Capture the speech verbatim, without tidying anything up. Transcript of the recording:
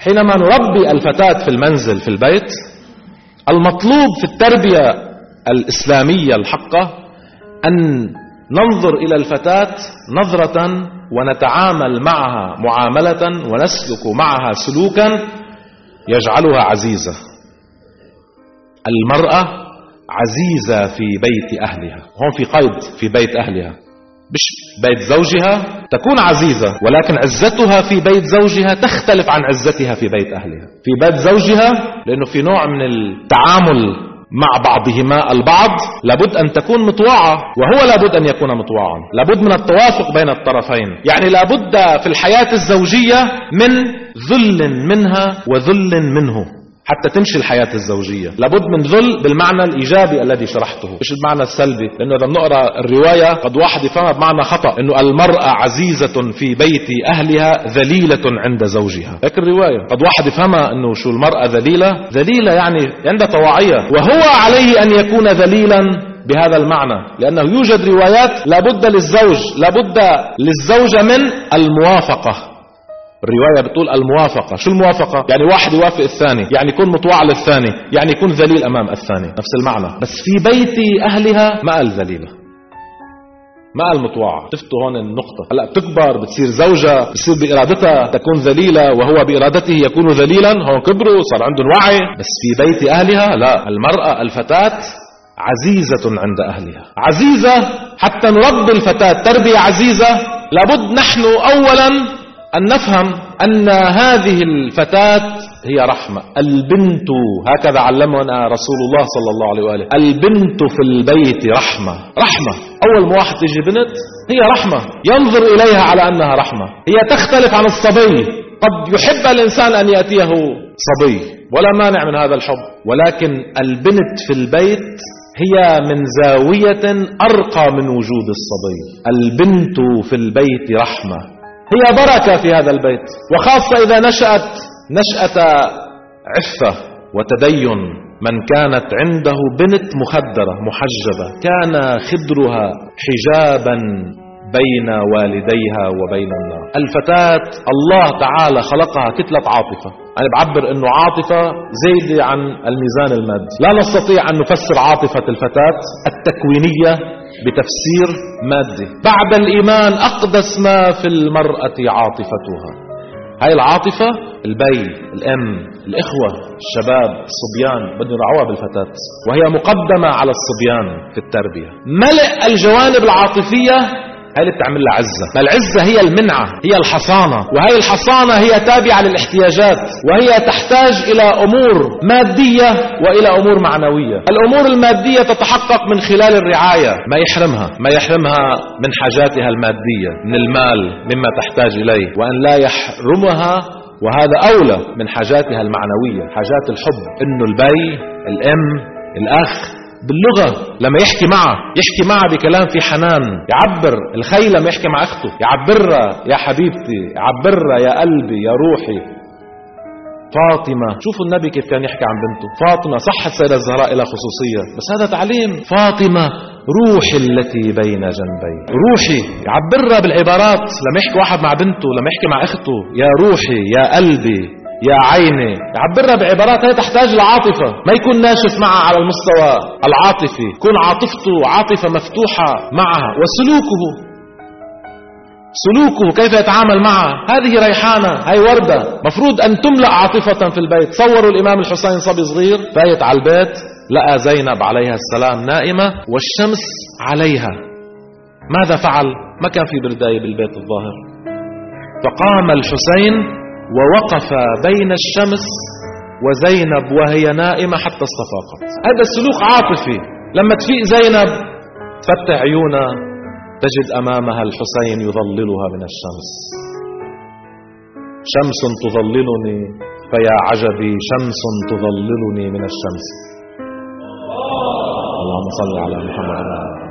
حينما نربي الفتاة في المنزل في البيت، المطلوب في التربية الإسلامية الحقة أن ننظر إلى الفتاة نظرة ونتعامل معها معاملة ونسلك معها سلوكا يجعلها عزيزة. المرأة عزيزة في بيت أهلها، هون في قيد في بيت أهلها، مش بيت زوجها تكون عزيزة، ولكن عزتها في بيت زوجها تختلف عن عزتها في بيت أهلها. في بيت زوجها لأنه في نوع من التعامل مع بعضهما البعض لابد أن تكون مطوعة، وهو لابد أن يكون مطوعا، لابد من التوافق بين الطرفين. يعني لابد في الحياة الزوجية من ذل منها وذل منه حتى تمشي الحياة الزوجية. لابد من ذل بالمعنى الإيجابي الذي شرحته، مش بالمعنى السلبي، لأنه إذا بنقرأ الرواية قد واحد يفهم بمعنى خطأ إنه المرأة عزيزة في بيت أهلها ذليلة عند زوجها. هيك الرواية قد واحد يفهمها إنه شو المرأة ذليلة، ذليلة يعني عندها طواعية، وهو عليه أن يكون ذليلا بهذا المعنى، لأنه يوجد روايات لابد للزوج لابد للزوجة من الموافقة. الرواية بتقول الموافقة. شو الموافقة؟ يعني واحد يوافق الثاني، يعني يكون مطوع للثاني، يعني يكون ذليل أمام الثاني، نفس المعنى. بس في بيت أهلها ما قال ذليلة، ما قال مطوعة. شفتوا هون النقطة؟ هلا بتكبر بتصير زوجة، بتصير بإرادتها تكون ذليلة وهو بإرادته يكون ذليلا. هون كبروا صار عندهم وعي. بس في بيت أهلها لا، المرأة الفتاة عزيزة عند أهلها. عزيزة حتى نربي الفتاة تربية عزيزة لابد نحن أولا أن نفهم أن هذه الفتاة هي رحمة. البنت، هكذا علمنا رسول الله صلى الله عليه وآله، البنت في البيت رحمة. رحمة أول ما واحد تجي بنت هي رحمة، ينظر إليها على أنها رحمة. هي تختلف عن الصبي، قد يحب الإنسان أن يأتيه صبي ولا مانع من هذا الحب، ولكن البنت في البيت هي من زاوية أرقى من وجود الصبي. البنت في البيت رحمة، هي بركة في هذا البيت، وخاصة إذا نشأت نشأة عفة وتدين. من كانت عنده بنت مخدرة محجبة كان خدرها حجابا بين والديها وبين النار. الفتاة الله تعالى خلقها كتلة عاطفة. أنا بعبر أنه عاطفة زيادة عن الميزان المادي. لا نستطيع أن نفسر عاطفة الفتاة التكوينية بتفسير مادي. بعد الإيمان أقدس ما في المرأة عاطفتها. هاي العاطفة البي، الأم، الإخوة، الشباب، الصبيان بدهم يرعوها بالفتاة، وهي مقدمة على الصبيان في التربية. ملء الجوانب العاطفية هاي اللي بتعمل لها عزة. العزة هي المنعة، هي الحصانة، وهي الحصانة هي تابعة للاحتياجات، وهي تحتاج إلى أمور مادية وإلى أمور معنوية. الأمور المادية تتحقق من خلال الرعاية، ما يحرمها ما يحرمها من حاجاتها المادية، من المال مما تحتاج إليه، وأن لا يحرمها، وهذا أولى من حاجاتها المعنوية، حاجات الحب، إنه البي، الأم، الأخ. باللغة لما يحكي معه يحكي معه بكلام في حنان، يعبر. الخي لما يحكي مع أخته يعبرها يا حبيبتي، يعبرها يا قلبي، يا روحي. فاطمة، شوفوا النبي كيف كان يحكي عن بنته فاطمة. صح السيدة الزهراء لها خصوصية، بس هذا تعليم. فاطمة روحي التي بين جنبي، روحي، يعبرها بالعبارات. لما يحكي واحد مع بنته، لما يحكي مع أخته، يا روحي، يا قلبي، يا عيني، يعبرها بعبارات. هي تحتاج لعاطفة، ما يكون ناشف معها على المستوى العاطفي، يكون عاطفته عاطفة مفتوحة معها. وسلوكه سلوكه كيف يتعامل معها، هذه ريحانة، هاي وردة مفروض أن تملأ عاطفة في البيت. تصوروا الإمام الحسين صبي صغير فايت على البيت، لقى زينب عليها السلام نائمة والشمس عليها. ماذا فعل؟ ما كان في برداية بالبيت الظاهر، فقام الحسين ووقف بين الشمس وزينب وهي نائمة حتى استفاقت. هذا السلوك عاطفي. لما تفيق زينب تفتح عيونها تجد أمامها الحسين يظللها من الشمس. شمس تظللني فيا عجبي، شمس تظللني من الشمس. اللهم صل على محمد.